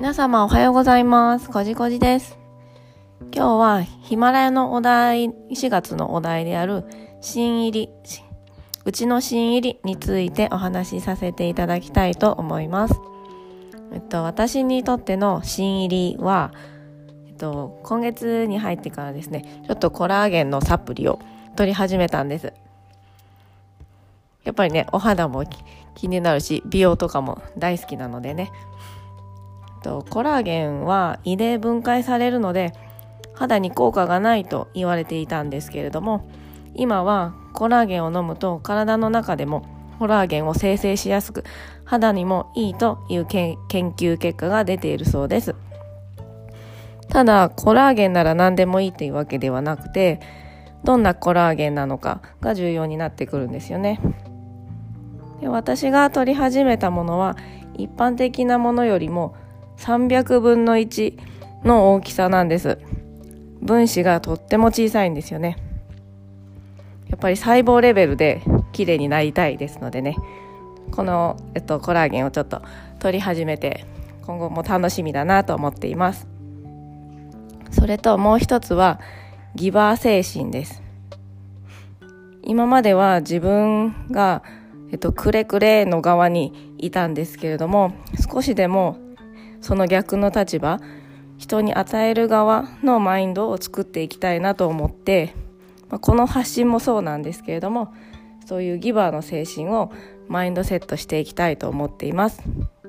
皆様おはようございます。こじこじです。今日はヒマラヤのお題、4月のお題であるうちの新入りについてお話しさせていただきたいと思います。私にとっての新入りは、今月に入ってからですね、ちょっとコラーゲンのサプリを取り始めたんです。やっぱりね、お肌も気になるし、美容とかも大好きなのでね。コラーゲンは胃で分解されるので肌に効果がないと言われていたんですけれども、今はコラーゲンを飲むと体の中でもコラーゲンを生成しやすく肌にもいいという研究結果が出ているそうです。ただコラーゲンなら何でもいいというわけではなくて、どんなコラーゲンなのかが重要になってくるんですよね。で、私が取り始めたものは一般的なものよりも300分の1の大きさなんです。分子がとっても小さいんですよね。やっぱり細胞レベルで綺麗になりたいですのでね、この、コラーゲンをちょっと取り始めて今後も楽しみだなと思っています。それともう一つはギバー精神です。今までは自分が、くれくれの側にいたんですけれども、少しでもその逆の立場、人に与える側のマインドを作っていきたいなと思って、この発信もそうなんですけれども、そういうギバーの精神をマインドセットしていきたいと思っています。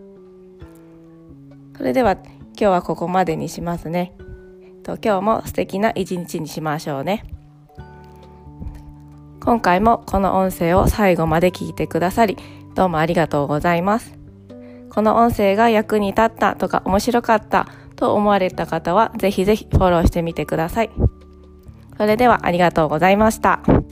それでは今日はここまでにしますね。今日も素敵な一日にしましょうね。今回もこの音声を最後まで聞いてくださり、どうもありがとうございます。この音声が役に立ったとか面白かったと思われた方はぜひぜひフォローしてみてください。それではありがとうございました。